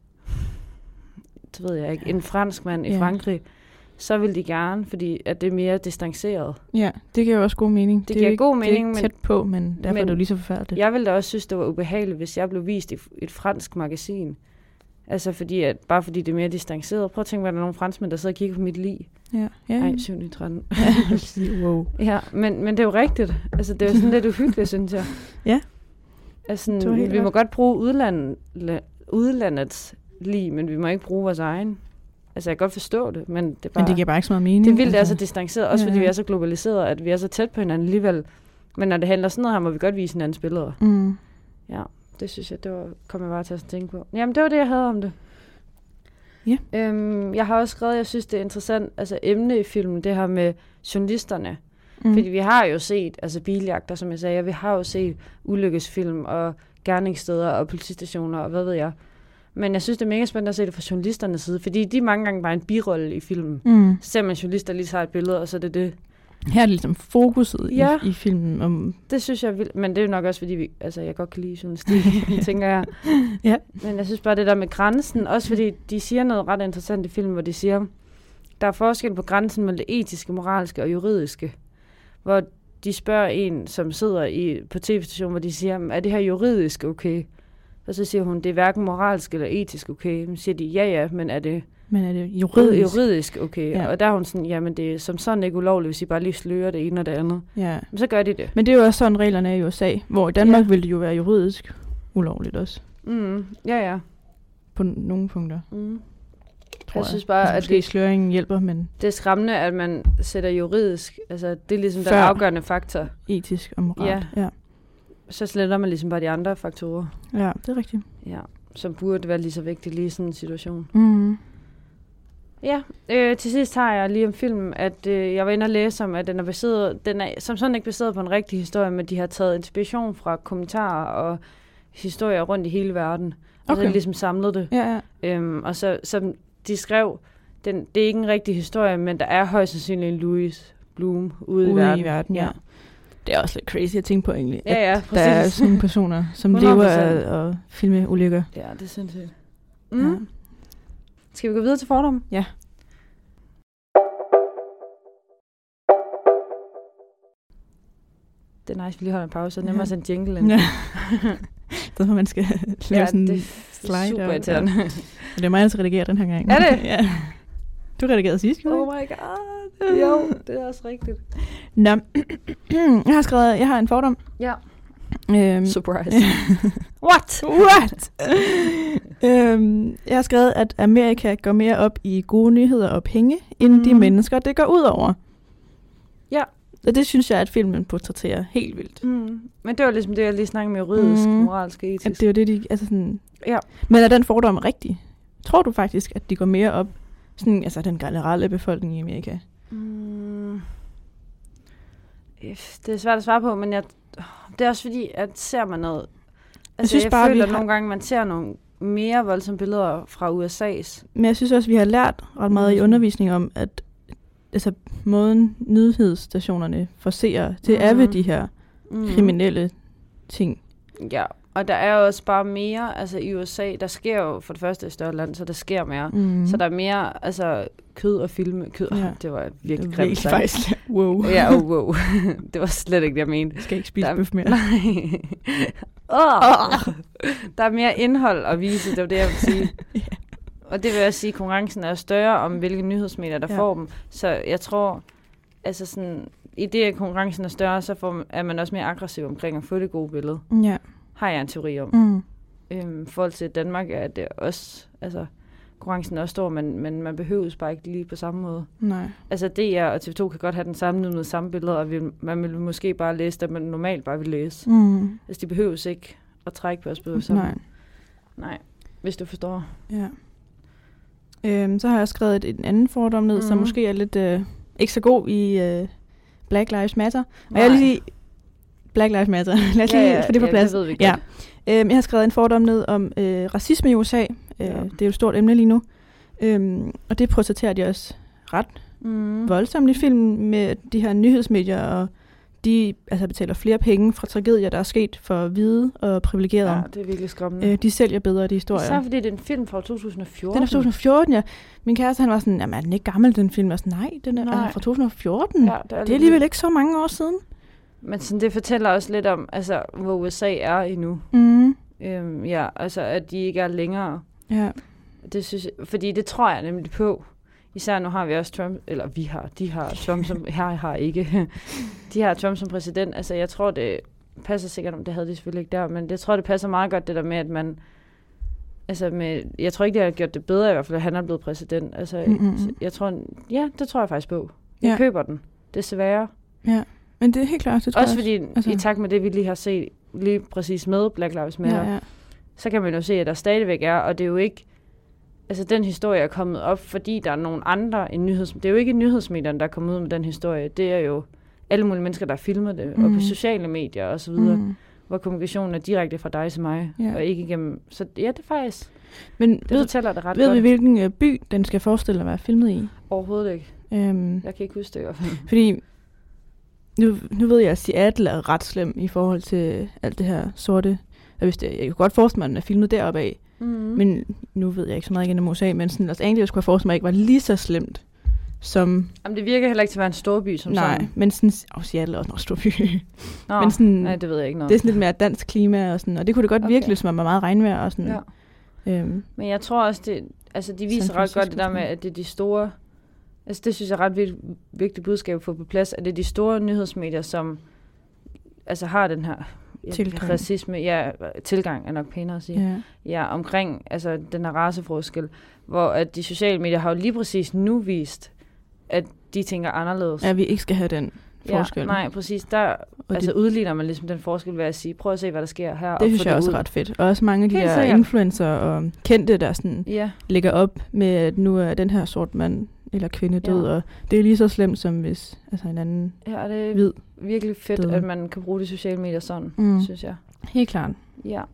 det ved jeg ikke, en fransk mand i ja. Frankrig, så vil de gerne, fordi at det er mere distanceret. Ja, det giver jo også god mening. Det, det giver god mening, det er ikke tæt på, men derfor men er det jo lige så forfærdeligt. Jeg ville da også synes, det var ubehageligt, hvis jeg blev vist i et fransk magasin. Altså fordi, at, bare fordi det er mere distanceret. Prøv at tænke, at der er nogle franskmænd, der sidder og kigger på mit lig. Ja. Ja. Ej, syv tretten. Wow. Ja, men, men det er jo rigtigt. Altså, det er jo sådan lidt uhyggeligt, synes jeg. Ja. Altså, vi må godt bruge udland, udlandets lig, men vi må ikke bruge vores egen. Altså, jeg kan godt forstå det, men det er bare... Men det giver bare ikke så meget mening. Det er vildt, altså. Det er så distanceret, også ja, fordi vi er så globaliseret, at vi er så tæt på hinanden alligevel. Men når det handler sådan noget her, må vi godt vise hinandens billeder. Mm. Ja, det synes jeg, det var, kom jeg bare til at tænke på. Jamen, det var det, jeg havde om det. Ja. Øhm, jeg har også skrevet, jeg synes, det er interessant, altså emne i filmen, det her med journalisterne. Mm. Fordi vi har jo set, altså biljagter, som jeg sagde, vi har jo set ulykkesfilm og gerningssteder og politistationer og hvad ved jeg. Men jeg synes, det er mega spændende at se det fra journalisternes side, fordi de er mange gange bare en birolle i filmen. Mm. Ser man journalister lige tager et billede, og så er det det. Her er det ligesom fokuset ja, i, i filmen. Om det synes jeg vildt, men det er jo nok også, fordi vi, altså, jeg godt kan lide journalistik, tænker jeg. Ja. Men jeg synes bare, det der med grænsen, også fordi de siger noget ret interessant i filmen, hvor de siger, der er forskel på grænsen mellem det etiske, moralske og juridiske. Hvor de spørger en, som sidder i, på tv-stationen, hvor de siger, er det her juridisk okay? Og så siger hun, det er hverken moralsk eller etisk okay. Så siger de, ja ja, men er det, men er det juridisk? juridisk okay? Ja. Og der er hun sådan, jamen det er som sådan ikke ulovligt, hvis I bare lige slører det ene og det andet. Ja. Men så gør de det. Men det er jo også sådan reglerne er i U S A, hvor i Danmark ja. Vil det jo være juridisk ulovligt også. Mm, ja ja. På n- nogle punkter. Mm. Tror jeg. Jeg synes bare, altså, at det, sløringen hjælper, men... Det er skræmmende, at man sætter juridisk, altså det er ligesom den afgørende faktor. Etisk og moralt, ja. ja. Så sletter man ligesom bare de andre faktorer. Ja, det er rigtigt. Ja, som burde være lige så vigtigt lige i sådan en situation. Mm. Ja, øh, til sidst har jeg lige om filmen, at øh, jeg var inde og læse om, at den er baseret, den er som sådan ikke baseret på en rigtig historie, men de har taget inspiration fra kommentarer og historier rundt i hele verden. Og okay. så ligesom samlet det. Ja, ja. Øhm, og så som de skrev, den, det er ikke en rigtig historie, men der er højst sandsynligt en Louis Bloom ude, ude i verden. i verden, ja. ja. Det er også lidt crazy at tænke på egentlig. Ja, ja, præcis. Der er sådan nogle personer, som lever af at filme ulykker. Ja, det er sindssygt. Mm. Ja. Skal vi gå videre til fordomme? Ja. Det er nice, vi lige holder en pause, så nemmere ja. Sådan en jingle ind. Ja. Så man skal lave ja, sådan det er slide. super irriterende. Ja. Det er mig, der skal redigere den her gang. Er det? Ja. Du redigerede sidst, oh my god. Jo, det er også rigtigt. Nå, jeg har skrevet, jeg har en fordom. Ja. Øhm, Surprise. What? What? øhm, jeg har skrevet, at Amerika går mere op i gode nyheder og penge, end mm. de mennesker, det går ud over. Ja. Og det synes jeg, at filmen portrætterer helt vildt. Mm. Men det var ligesom det, jeg lige snakkede med juridisk, mm. moralsk og etisk. At det er jo det, de... Altså sådan, ja. Men er den fordom rigtig? Tror du faktisk, at de går mere op, sådan, altså den generelle befolkning i Amerika? Mm. Det er svært at svare på, men jeg, det er også fordi, at ser man noget... Altså, jeg, synes jeg bare, føler har... nogle gange, man ser nogle mere voldsomme billeder fra U S A's. Men jeg synes også, vi har lært ret meget mm. i undervisning om, at altså, måden nyhedsstationerne forser til mm. er ved de her mm. kriminelle ting. Ja, og der er jo også bare mere, altså i U S A, der sker jo for det første et større land, så der sker mere. Mm. Så der er mere, altså kød og filme. Kød, ja. Det var virkelig grimt sagt. Faktisk, wow. Ja, oh, wow. Det var slet ikke det, jeg mente. Jeg skal ikke spise der, bøf mere. Nej. oh. Oh. Der er mere indhold at vise, det var det, jeg vil sige. Yeah. Og det vil jeg sige, at konkurrencen er større om, hvilke nyhedsmedier, der ja. får dem. Så jeg tror, altså sådan, i det, at konkurrencen er større, så får, er man også mere aggressiv omkring at få det gode billede. Ja. Har jeg en teori om. Mm. Øhm, I forhold til Danmark er det også, altså, konkurrencen er også stor, men, men man behøves bare ikke lige på samme måde. Nej. Altså, D R og T V to kan godt have den samme nyhed med samme billeder, og vil, man vil måske bare læse det, man normalt bare vil læse. Mm. Altså, de behøves ikke at trække på os på sammen. Nej. Nej, hvis du forstår. Ja. Øhm, så har jeg skrevet et, en anden fordom ned, mm. som måske er lidt øh, ikke så god i øh, Black Lives Matter. Nej. Og jeg vil lige Black Lives Matter. Lad os lige ja, ja, få det på plads. Det ved vi ja. øhm, jeg har skrevet en fordom ned om øh, racisme i U S A. Øh, ja. Det er jo et stort emne lige nu. Øhm, og det portrætterer de også ret mm. voldsomt i filmen med de her nyhedsmedier, og de altså, betaler flere penge fra tragedier, der er sket for hvide og privilegerede. Ja, det er virkelig skræmmende. Øh, de sælger bedre de historier. Især fordi det er en film fra to tusind og fjorten. Den er fra to tusind og fjorten, ja. Min kæreste, han var sådan, jamen er den ikke gammel, den film? Jeg var sådan, nej, den er nej. Altså, fra to tusind og fjorten. Ja, det, er det er alligevel ikke så mange år siden. Men sådan, det fortæller også lidt om, altså, hvor U S A er endnu. Mm. Øhm, ja, altså, at de ikke er længere. Ja. Det synes jeg, fordi det tror jeg nemlig på. Især nu har vi også Trump, eller vi har, de har Trump som, her har ikke, de har Trump som præsident. Altså, jeg tror, det passer sikkert, om det havde de selvfølgelig ikke der, men jeg tror, det passer meget godt, det der med, at man, altså med, jeg tror ikke, det har gjort det bedre i hvert fald, at han er blevet præsident. Altså, mm-hmm. jeg tror, ja, det tror jeg faktisk på. Jeg ja. køber den, desværre. Ja, men det er helt klart, det tror også jeg. Fordi, altså. I takt med det, vi lige har set, lige præcis med Black Lives Matter, ja, ja. så kan man jo se, at der stadigvæk er, og det er jo ikke, altså, den historie er kommet op, fordi der er nogle andre end nyheds... Det er jo ikke nyhedsmedierne, der er kommet ud med den historie. Det er jo alle mulige mennesker, der filmer det, mm. og på sociale medier og så videre, mm. hvor kommunikationen er direkte fra dig til mig, ja. og ikke igennem... Så ja, det er faktisk... Men det ved, fortæller det ret ved godt. Ved vi, hvilken uh, by den skal forestille at være filmet i? Overhovedet ikke. Um, jeg kan ikke huske det i hvert fald. Fordi... Nu, nu ved jeg, at Seattle er ret slem i forhold til alt det her sorte... Jeg, vidste, jeg kunne godt forestille mig, at den er filmet deroppe af. Mm-hmm. Men nu ved jeg ikke så meget igen om U S A, men sådan, Los Angeles skulle jeg forestille mig ikke var lige så slemt som... Jamen, det virker heller ikke til at være en storby som nej, sådan. Nej, men sådan... Åh, oh, Seattle er også en storby. Nå, men sådan, nej, det ved jeg ikke noget. Det er sådan lidt mere dansk klima og sådan, og det kunne det godt okay. virkelig, som er meget regnvejr og sådan. Ja. Øhm, men jeg tror også, det, altså de viser ret godt det der med, at det er de store... Altså det synes jeg er ret vigtigt budskab at få på plads, at det er de store nyhedsmedier, som altså har den her... Tilgang. Racisme, ja, tilgang er nok pænere at sige. Ja, ja omkring altså, den her raceforskel, hvor at de sociale medier har jo lige præcis nu vist, at de tænker anderledes. Ja, vi ikke skal have den forskel. Ja, nej, præcis. Der altså, udligner man ligesom den forskel ved at sige, prøv at se, hvad der sker her. Det synes jeg også er ret fedt. Og også mange af de helt der sikkert. Influencer og kendte, der sådan ja. lægger op med, at nu er den her sort mand eller kvinde død, ja. og det er lige så slemt, som hvis altså en anden ja, det er hvid virkelig fedt, død. At man kan bruge de sociale medier sådan, mm. synes jeg. Helt klart. Ja.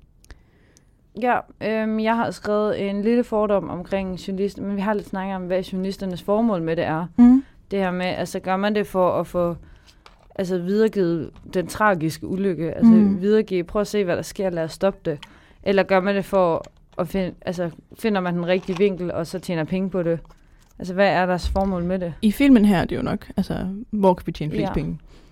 Ja, øhm, jeg har skrevet en lille fordom omkring journalister, men vi har lidt snakket om, hvad journalisternes formål med det er. Mm. Det her med, altså gør man det for at få altså videregivet den tragiske ulykke, altså mm. videregive, prøv at se, hvad der sker, lad os stoppe det. Eller gør man det for at finde, altså finder man den rigtige vinkel, og så tjener penge på det? Altså, hvad er deres formål med det? I filmen her er det jo nok, altså, hvor kan vi tjene flest ja. penge?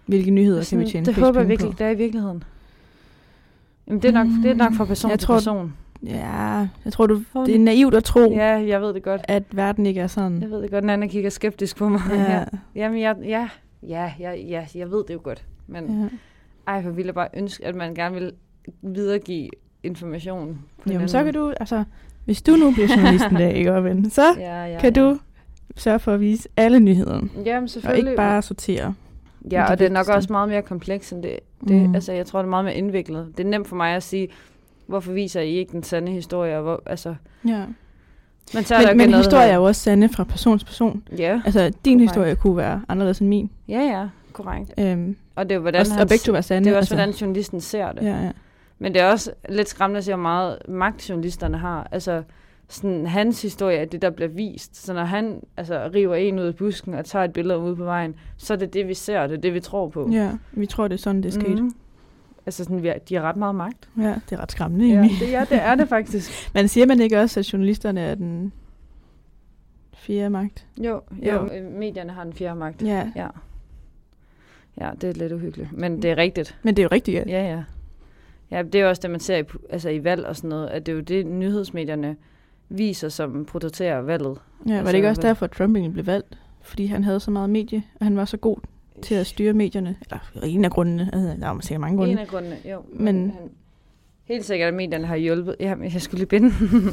hvilke nyheder sådan, kan vi tjene det flest håber jeg penge virkelig, på? det er i virkeligheden. Jamen, det er nok, mm, det er nok fra person jeg til tror, person. Ja, jeg tror, du, det er naivt at tro, ja, jeg ved det godt. at verden ikke er sådan. Jeg ved det godt, Nana kigger skeptisk på mig. Ja. Jamen, jeg, ja, ja, ja, ja, jeg ved det jo godt. Men Ja. ej, hvor ville jeg bare ønske, at man gerne vil videregive information. Jamen, så kan du, altså, hvis du nu bliver journalist en dag, ikke, Robin, så ja, ja, kan ja. du sørge for at vise alle nyheder. Jamen, Og selvfølgelig. ikke bare sortere. Ja, det og det er nok vigtigste. også meget mere kompleks end det. det Mm. Altså, jeg tror, det er meget mere indviklet. Det er nemt for mig at sige, hvorfor viser I ikke den sande historie? Og hvor, altså, Ja. men så er der Men, jo men noget, historier der- er jo også sande fra person til person. Ja, Altså, din Korrekt. historie kunne være anderledes end min. ja, ja, korrekt. Øhm, Og det er jo, hvordan og, han, og begge to er sande. det er jo også, altså. hvordan journalisten ser det. Ja, ja. Men det er også lidt skræmmende at se, hvor meget magt journalisterne har. Altså, sådan, hans historie er det, der bliver vist. Så når han altså, river en ud af busken og tager et billede ude på vejen, så er det det, vi ser, det er det, vi tror på. Ja, vi tror, det er sådan, det er sket. Mhm. Altså, sådan, vi har, de har ret meget magt. Ja, det er ret skræmmende Ja, egentlig. det, ja, det er det faktisk. Men siger man ikke også, at journalisterne er den fjerde magt? Jo, Jo. jo. øh, medierne har den fjerde magt. Ja, Ja. Ja, det er lidt uhyggeligt. Men det er rigtigt. men det er jo rigtigt, ja. Ja, ja. Ja, det er jo også det, man ser i, pu- altså i valg og sådan noget, at det er jo det, nyhedsmedierne viser, som producerer valget. Ja, var Altså, det ikke også hvad- derfor, at Trump egentlig blev valgt? Fordi han havde så meget medie, og han var så god til at styre medierne. Eller en af grundene. Altså, der var sikkert mange grunde. En af grundene, jo. Men- Men han, helt sikkert, at medierne har hjulpet. Jamen, jeg skulle lige binde.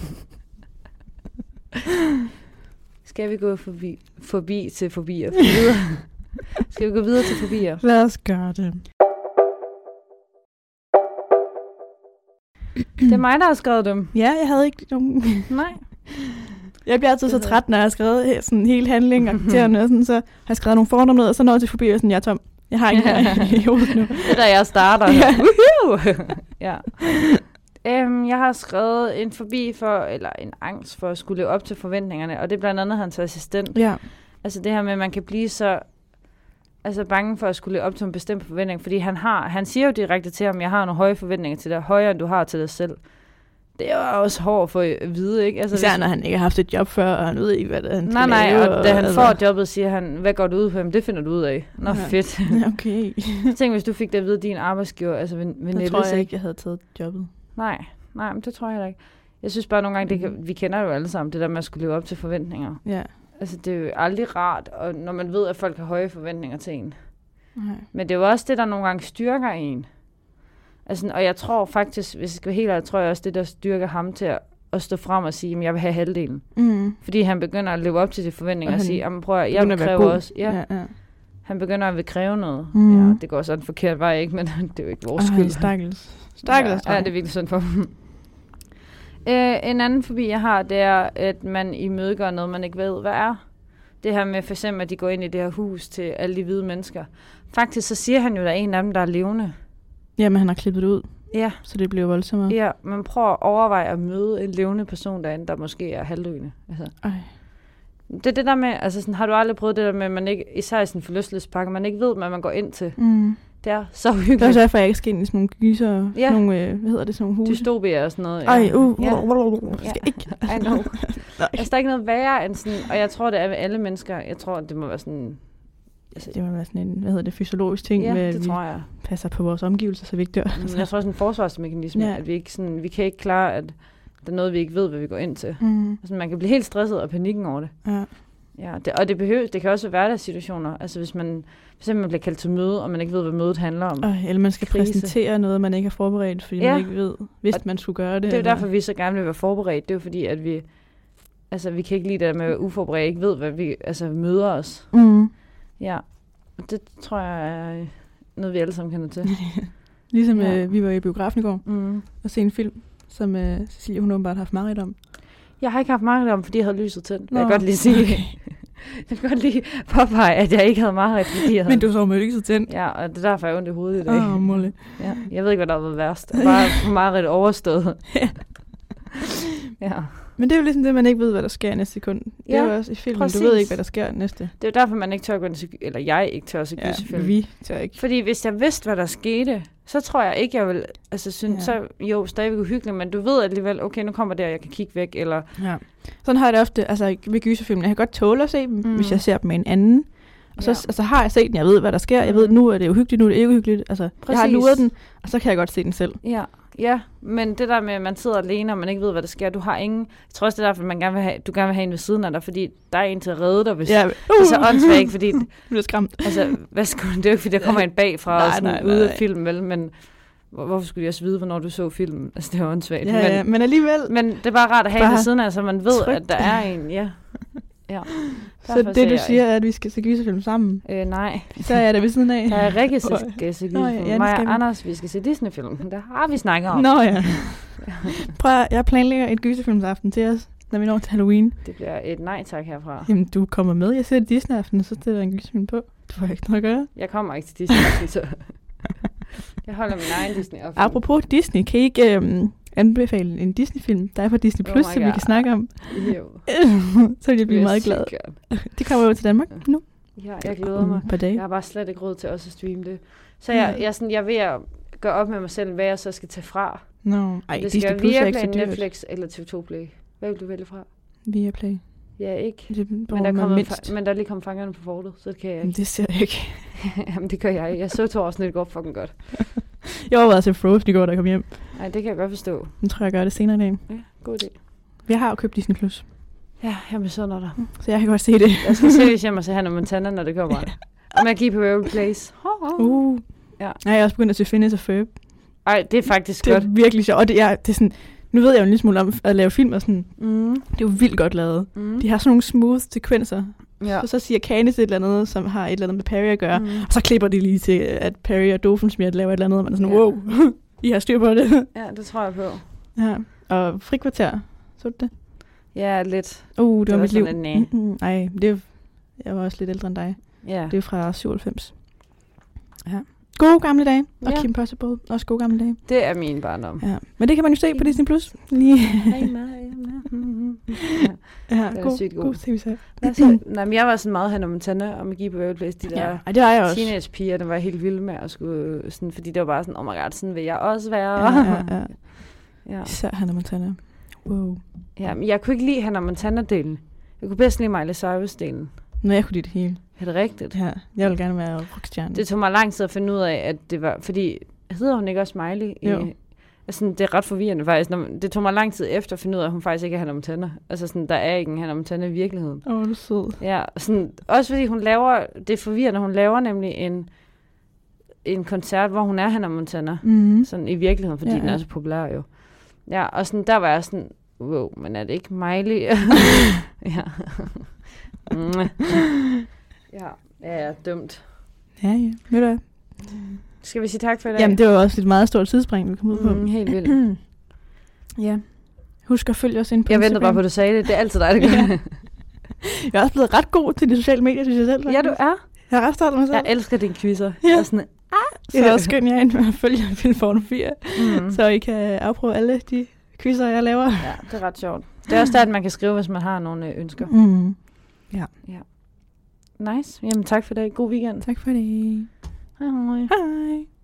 Skal vi gå forbi, forbi til forbier? Videre. Skal vi gå videre til forbier? Lad os gøre det. Det er mig, der har skrevet dem. Ja, jeg havde ikke nogen... Nej. Jeg bliver altid så Det havde- træt, når jeg har skrevet he- sådan hele handling og karaktererne, og sådan, så har jeg skrevet nogle fordomme ned, og så når jeg til forbi, og sådan, jeg er tom. Jeg har ikke noget i hovedet nu. Det er da jeg starter. Ja. Woohoo! Ja. Øhm, jeg har skrevet en forbi for, eller en angst for at skulle leve op til forventningerne, og det er blandt andet hans assistent. Ja, Altså det her med, at man kan blive så altså bange for at skulle leve op til en bestemt forventning, fordi han har, han siger jo direkte til ham, jeg har nogle høje forventninger til dig, højere end du har til dig selv. Det er jo også hårdt for at vide, ikke? Altså, især hvis- når han ikke har haft et job før, og han ved ikke, hvad det er, han Nej, skal nej, lave, og da han altså. får jobbet, siger han, hvad går du ud på? Jamen, det finder du ud af. Nå, Ja. fedt. Okay. Tænk, hvis du fik det at vide, din arbejdsgiver, altså ved, ved Jeg tror jeg ikke, jeg havde taget jobbet. Nej, nej, men det tror jeg heller ikke. Jeg synes bare nogle gange, det kan, vi kender jo alle sammen, det der med at skulle leve op til forventninger. Ja. Altså, det er jo aldrig rart, og når man ved, at folk har høje forventninger til en. Nej. Men det er jo også det, der nogle gange styrker en. Altså, og jeg tror faktisk, hvis jeg skal være helt ærlig, tror jeg også, det der styrker ham til at, at stå frem og sige, at jeg vil have halvdelen. Mm. Fordi han begynder at leve op til de forventninger Og og, han sige, jamen prøv at, jeg Begynder at være kræver god. også. Ja, Ja, ja. han begynder at vil kræve noget. Mhm. Ja, det går sådan en forkert vej, ikke? Men det er jo ikke vores Ej, skyld. stakkels. Stakkels. Ja, ja, det er virkelig synd for dem. Øh, en anden forbi, jeg har, det er, at man imødegår noget, man ikke ved, hvad er. Det her med for eksempel, at de går ind i det her hus til alle de hvide mennesker. Faktisk så siger han jo, at der er en af dem, der er levende. Jamen, han har klippet det ud, Ja, så det bliver voldsommere. ja, man prøver at overveje at møde en levende person derinde, der måske er halvdøende. Altså, Ej. det er det der med, altså sådan, har du aldrig prøvet det der med, at man ikke, især i sådan en forlystelsespakke, man ikke ved, hvad man går ind til. Mm. Det er så Det er hyggeligt. også derfor, jeg ikke skal ind i sådan nogle gyser, Ja. sådan nogle, øh, hvad hedder det, sådan nogle huse. Dystopia og sådan noget. Ja. Ej, uh, Ja. jeg skal ikke. I know. Nej. Altså, der er ikke noget værre end sådan, og jeg tror, det er ved alle mennesker. Jeg tror, det må være sådan, altså, Det må være sådan en, hvad hedder det, fysiologisk ting, ja, med, at det vi tror jeg. passer på vores omgivelser, så vi ikke dør. Mm, Jeg tror, sådan en forsvarsmekanisme, Ja. ja. at vi ikke sådan, vi kan ikke klare, at der er noget, vi ikke ved, hvad vi går ind til. Mm. Altså, man kan blive helt stresset og panikken over det. Ja. Ja, det, og det behøver, det kan også være hverdagssituationer. Altså, hvis man, for eksempel man bliver kaldt til møde, og man ikke ved, hvad mødet handler om. Øj, eller man skal Krise. præsentere noget, man ikke har forberedt, fordi Ja. man ikke ved, hvis Og man skulle gøre det. Det er jo eller- derfor, vi så gerne vil være forberedt. Det er jo fordi, at vi, altså, vi kan ikke lide det der med at være uforberedt, ikke ved, hvad vi altså, møder os. Mm. Ja, og det tror jeg er noget, vi alle sammen kender til. Ligesom Ja. øh, vi var i biografen i går Mm. og se en film, som øh, Cecilie, hun åbenbart har haft mareridt om. Jeg har ikke haft mareridt om, fordi jeg havde lyset tændt. Nå, Jeg kan godt lige sige. okay. Jeg kan godt lige påpege, at jeg ikke havde mareridt, fordi jeg havde... Men du så med lyset tændt. Ja, og det er derfor, jeg har ondt i hovedet i dag. Åh, oh, Molly. Ja, jeg ved ikke, hvad der har været værst. Bare få mareridt overstået. Ja. Men det er jo ligesom det, man ikke ved, hvad der sker næste sekund. Det er Ja, jo også i filmen, præcis. du ved ikke, hvad der sker næste. Det er jo derfor, man ikke tør gå ind til, eller jeg ikke tør at se Ja, gyserfilm. vi tør ikke. Fordi hvis jeg vidste, hvad der skete, så tror jeg ikke, jeg vil... Altså, synes, Ja. så jo, stadigvæk uhyggeligt, men du ved alligevel, okay, nu kommer det, og jeg kan kigge væk, eller... Ja. Sådan har jeg det ofte, altså ved gyserfilmen. Jeg kan godt tåle at se dem, Mm. mm. hvis jeg ser dem med en anden. Og så ja. altså, har jeg set den, jeg ved, hvad der sker. Jeg ved, nu er det uhyggeligt, nu er det ikke uhyggeligt. Altså, Præcis. Jeg har luret den, og så kan jeg godt se den selv. Ja. Ja, men det der med, at man sidder alene, og man ikke ved, hvad der sker, du har ingen... Jeg tror også, det er derfor, man gerne vil have, du gerne vil have en ved siden af dig, fordi der er en til at redde dig, hvis ja. uh. det er så åndssvagt, fordi... Du bliver skræmt. Altså, hvad skulle, det er jo ikke, fordi der kommer en bagfra nej, og sådan nej, nej, ude nej. af filmen, vel? Men hvorfor skulle de også vide, hvornår du så filmen? Altså, det er åndssvagt. Ja, men, ja, men alligevel... Men det er bare rart at have bare ved siden af, så man ved, trygt. at der er en, ja. Ja. Så det, du siger, er, at vi skal se gyserfilm sammen? Øh, nej. Så er det ved siden af. Der er Rikke, skal se gyserfilm. Ja, ja, mig og Anders, vi skal se Disney-film. Der har vi snakket om. Nå ja. Prøv at, jeg planlægger et gyserfilmsaften til os, når vi når til Halloween. Det bliver et nej tak herfra. Jamen, du kommer med. Jeg ser Disney-aften, og så stiller jeg en gyserfilm på. Du får ikke noget at gøre. Jeg kommer ikke til Disney-aften, så... Jeg holder min egen Disney-aften. Apropos Disney, kan I ikke øhm, anbefale en Disney-film, der er på Disney+, Plus, oh som vi kan snakke om? Jo. Så vil jeg blive meget glad. Det kommer jo til Danmark nu. Ja, jeg glæder mig. På dag. Jeg har bare slet ikke råd til også at streame det. Så jeg, jeg, er sådan, jeg er ved at gøre op med mig selv, hvad jeg så skal tage fra. Nå, no. Ej, det Disney skal Plus er via ikke så dyrt. Netflix eller T V to Play. Hvad vil du vælge fra? Via Play. Ja, ikke. Det, men, der kommet fa- men der er lige kommet Fangerne på fortet, så det kan jeg ikke. Det ser jeg ikke. Jamen, det gør jeg. Jeg så to afsnit, det går fucking godt. Jeg overvejede at se Frozen i går, da jeg kom hjem. Nej, det kan jeg godt forstå. Nu tror jeg, jeg gør det senere i dag. Ja, god idé. Jeg har jo købt Disney Plus. Ja, jeg misunder dig. Så jeg kan godt se det. Jeg skal se, hvis jeg må se Hannah Montana, når det kommer. Og med at give på Rebel Place. Uh. Ja. Nej, jeg er også begyndt at se Phineas og Ferb. Ej, det er faktisk det godt. Det er virkelig sjovt. Og det er, det er sådan... Nu ved jeg jo en lille smule om at lave film og sådan. Mm. Det er jo vildt godt lavet. Mm. De har sådan nogle smooth sekvenser. Ja. Så, så siger Candice et eller andet, som har et eller andet med Perry at gøre. Mm. Og så klipper de lige til, at Perry og Doofenshmirtz laver et eller andet, og man er sådan, ja. Wow, I har styr på det. Ja, det tror jeg på. Ja. Og Frikvarter, så du det? Ja, lidt. Uh, det, det var mit liv. Nej, mm-hmm. Ej, det er, jeg var også lidt ældre end dig. Ja. Det er fra syvoghalvfems. Ja. Gode gamle dage. Og ja. Kim Possible, også gode gamle dage. Det er min barndom. Ja. Men det kan man jo se på Disney Plus. Lige. Hey, ja, ja god, god tv-serie. Altså, nej, men jeg var sådan meget Hannah Montana og Maggie på Rebel Place. De der ja, det var jeg også. Teenage-piger, der var helt vilde med at skulle, sådan, fordi det var bare sådan, oh my god, sådan vil jeg også være. Ja, ja, ja. Ja. Især Hannah Montana. Wow. Ja, men jeg kunne ikke lide Hannah Montana-delen. Jeg kunne bedst lide Miley Cyrus-delen. Nå, jeg kunne lide det hele. Er det rigtigt? Ja, jeg ville gerne være rockstjerne. Det tog mig lang tid at finde ud af, at det var, fordi hedder hun ikke også Miley? Jo. I, altså, det er ret forvirrende faktisk. Når, det tog mig lang tid efter at finde ud af, at hun faktisk ikke er Hannah Montana. Altså, sådan, der er ikke en Hannah Montana i virkeligheden. Åh, oh, du er sød. Ja, sådan, også fordi hun laver, det er forvirrende, hun laver nemlig en, en koncert, hvor hun er Hannah Montana. Mm-hmm. Sådan i virkeligheden, fordi ja, den er så populær jo. Ja, og sådan, der var jeg sådan, wow, men er det ikke Miley? ja. ja, ja, ja, dømt. Ja, ja, ved du hvad? Skal vi sige tak for i dag? Jamen, det var også et meget stort tidsspring, vi kom ud på. Mm, helt vildt. ja. Husk at følge os ind på Jeg venter bare på, at du sagde det. Det er altid dig, der gør det. Jeg er også blevet ret god til de sociale medier, synes jeg selv. Faktisk. Ja, du er. Jeg er ret stolt af mig selv. Jeg elsker dine quizzer. Ja. Jeg er sådan, ah. Det er også skønt, jeg er inde med at følge Filmpornografia, mm. så I kan afprøve alle de quizzer, jeg laver. Ja, det er ret sjovt. Det er også der, at man kan skrive, hvis man har nogle ønsker. Mm. Ja. ja. Nice. Jamen, tak for det. God weekend. Tak for det. Hej hej. Hej.